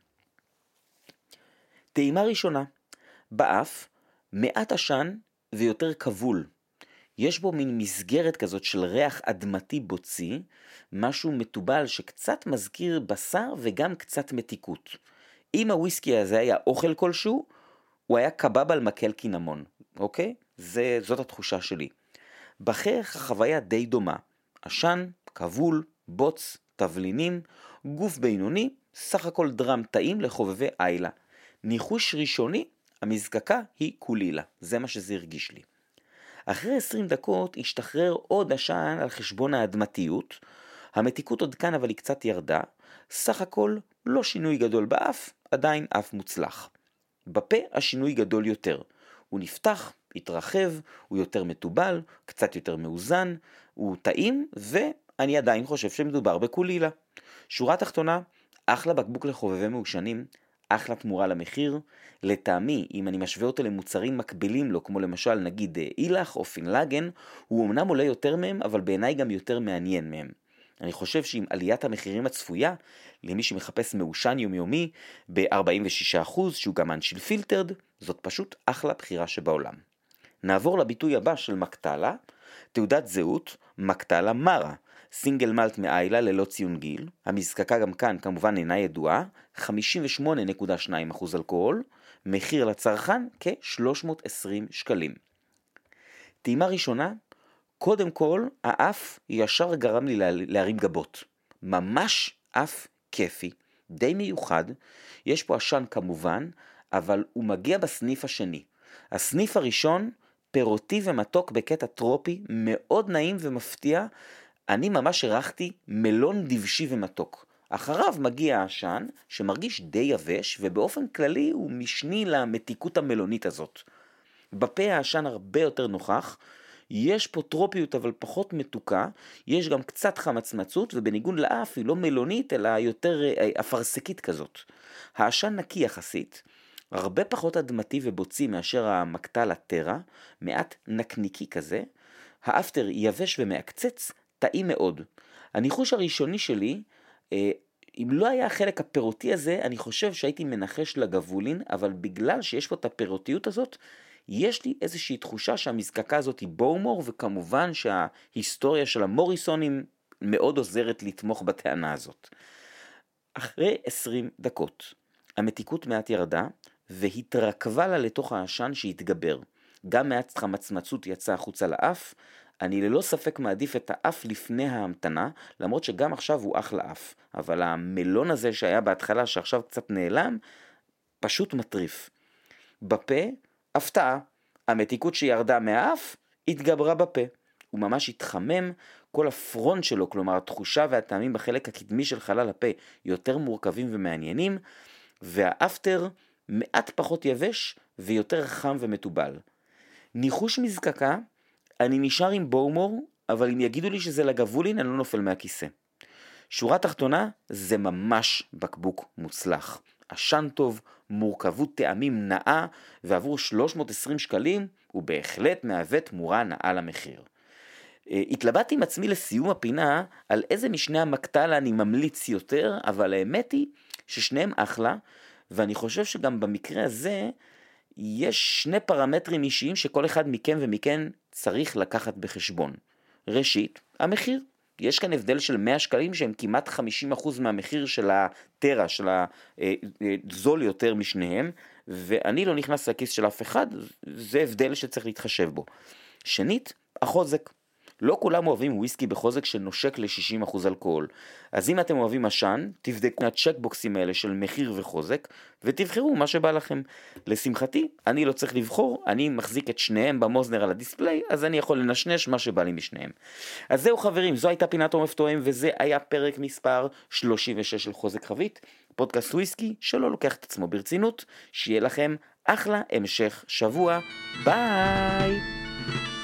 טעימה ראשונה, באף, מעט עשן ויותר כבול. יש בו מין מסגרת כזאת של ריח אדמתי בוצי, משהו מטובל שקצת מזכיר בשר וגם קצת מתיקות. אם הוויסקי הזה היה אוכל כלשהו, הוא היה קבב על מקל קינמון, אוקיי? זאת התחושה שלי. בחייך החוויה די דומה. עשן, כבול, בוץ, תבלינים, גוף בינוני, סך הכל דרם טעים לחובבי איילה. ניחוש ראשוני, המזקקה היא קולילה, זה מה שזה הרגיש לי. אחרי 20 דקות השתחרר עוד עשן על חשבון האדמתיות, המתיקות עוד כאן אבל היא קצת ירדה, סך הכל לא שינוי גדול באף, עדיין אף מוצלח. בפה השינוי גדול יותר, הוא נפתח, התרחב, הוא יותר מטובל, קצת יותר מאוזן, הוא טעים ואני עדיין חושב שמדובר בקולילה. שורה תחתונה, אחלה בקבוק לחובבי מעושנים, אחלה תמורה למחיר, לטעמי אם אני משווה אותו למוצרים מקבילים לו כמו למשל נגיד אילך או פינלגן, הוא אמנם עולה יותר מהם אבל בעיניי גם יותר מעניין מהם. אני חושב שעם עליית המחירים הצפויה, למי שמחפש מעושן יומיומי ב-46% שהוא גם אנשיל פילטרד, זאת פשוט אחלה בחירה שבעולם. נעבור לביטוי הבא של מקטלה, תעודת זהות, מקטלה מרה, סינגל מלט מאיילה ללא ציון גיל, המזקקה גם כאן כמובן אינה ידועה, 58.2% אלכוהול, מחיר לצרכן כ-320 שקלים. טעימה ראשונה, קודם כל האף ישר גרם לי להרים גבות, ממש אף כיפי, די מיוחד, יש פה עשן כמובן, אבל הוא מגיע בסניף השני. הסניף הראשון, פירותי ומתוק בקטע טרופי, מאוד נעים ומפתיע, אני ממש הרחתי מלון דבשי ומתוק. אחריו מגיע העשן שמרגיש די יבש ובאופן כללי הוא משני למתיקות המלונית הזאת. בפה העשן הרבה יותר נוכח, יש פה טרופיות אבל פחות מתוקה, יש גם קצת חמצמצות ובניגוד לאף היא לא מלונית אלא יותר אפרסקית כזאת. העשן נקי יחסית, הרבה פחות אדמתי ובוצי מאשר המקטלה טרה, מעט נקניקי כזה, האפטר יבש ומעקצץ, טעים מאוד. הניחוש הראשוני שלי, אם לא היה החלק הפירותי הזה, אני חושב שהייתי מנחש לגבולין, אבל בגלל שיש פה את הפירותיות הזאת, יש לי איזושהי תחושה שהמזקקה הזאת היא בואומור, וכמובן שההיסטוריה של המוריסונים מאוד עוזרת לתמוך בטענה הזאת. אחרי 20 דקות, המתיקות מעט ירדה, והתרכבה לה לתוך העשן שהתגבר. גם מעט חמצמצות יצא החוצה לאף, אני ללא ספק מעדיף את האף לפני ההמתנה, למרות שגם עכשיו הוא אחלה אף, אבל המלון הזה שהיה בהתחלה שעכשיו קצת נעלם, פשוט מטריף. בפה, הפתעה, המתיקות שירדה מהאף התגברה בפה. הוא ממש התחמם, כל הפרונט שלו, כלומר התחושה והטעמים בחלק הקדמי של חלל הפה יותר מורכבים ומעניינים, והאפטר מעט פחות יבש ויותר חם ומטובל. ניחוש מזקקה, אני נשאר עם בואומור, אבל אם יגידו לי שזה לגבולין, אני לא נופל מהכיסא. שורה תחתונה, זה ממש בקבוק מוצלח. עשן טוב, מורכבות טעמים נאה, ועבור 320 שקלים, הוא בהחלט מהווה תמורה נאה למחיר. התלבטתי עם עצמי לסיום הפינה, על איזה משני המקטלה אני ממליץ יותר, אבל האמת היא ששניהם אחלה, ואני חושב שגם במקרה הזה, יש שני פרמטרים אישיים שכל אחד מכם ומכן צריך לקחת בחשבון. ראשית, המחיר. יש כאן הבדל של 100 שקלים שהם כמעט 50% מהמחיר של הטרה, של הזול יותר משניהם, ואני לא נכנס לכיס של אף אחד, זה הבדל שצריך להתחשב בו. שנית, החוזק. לא כולם אוהבים וויסקי בחוזק שנושק ל-60% אלכוהול. אז אם אתם אוהבים עשן, תבדקו מהצ'קבוקסים האלה של מחיר וחוזק, ותבחרו מה שבא לכם. לשמחתי, אני לא צריך לבחור, אני מחזיק את שניהם במוזנר על הדיספליי, אז אני יכול לנשנש מה שבא לי משניהם. אז זהו חברים, זו הייתה פינת עומף תואם, וזה היה פרק מספר 36 של חוזק חבית, פודקאסט וויסקי שלא לוקח את עצמו ברצינות. שיהיה לכם אחלה המשך שבוע, ביי!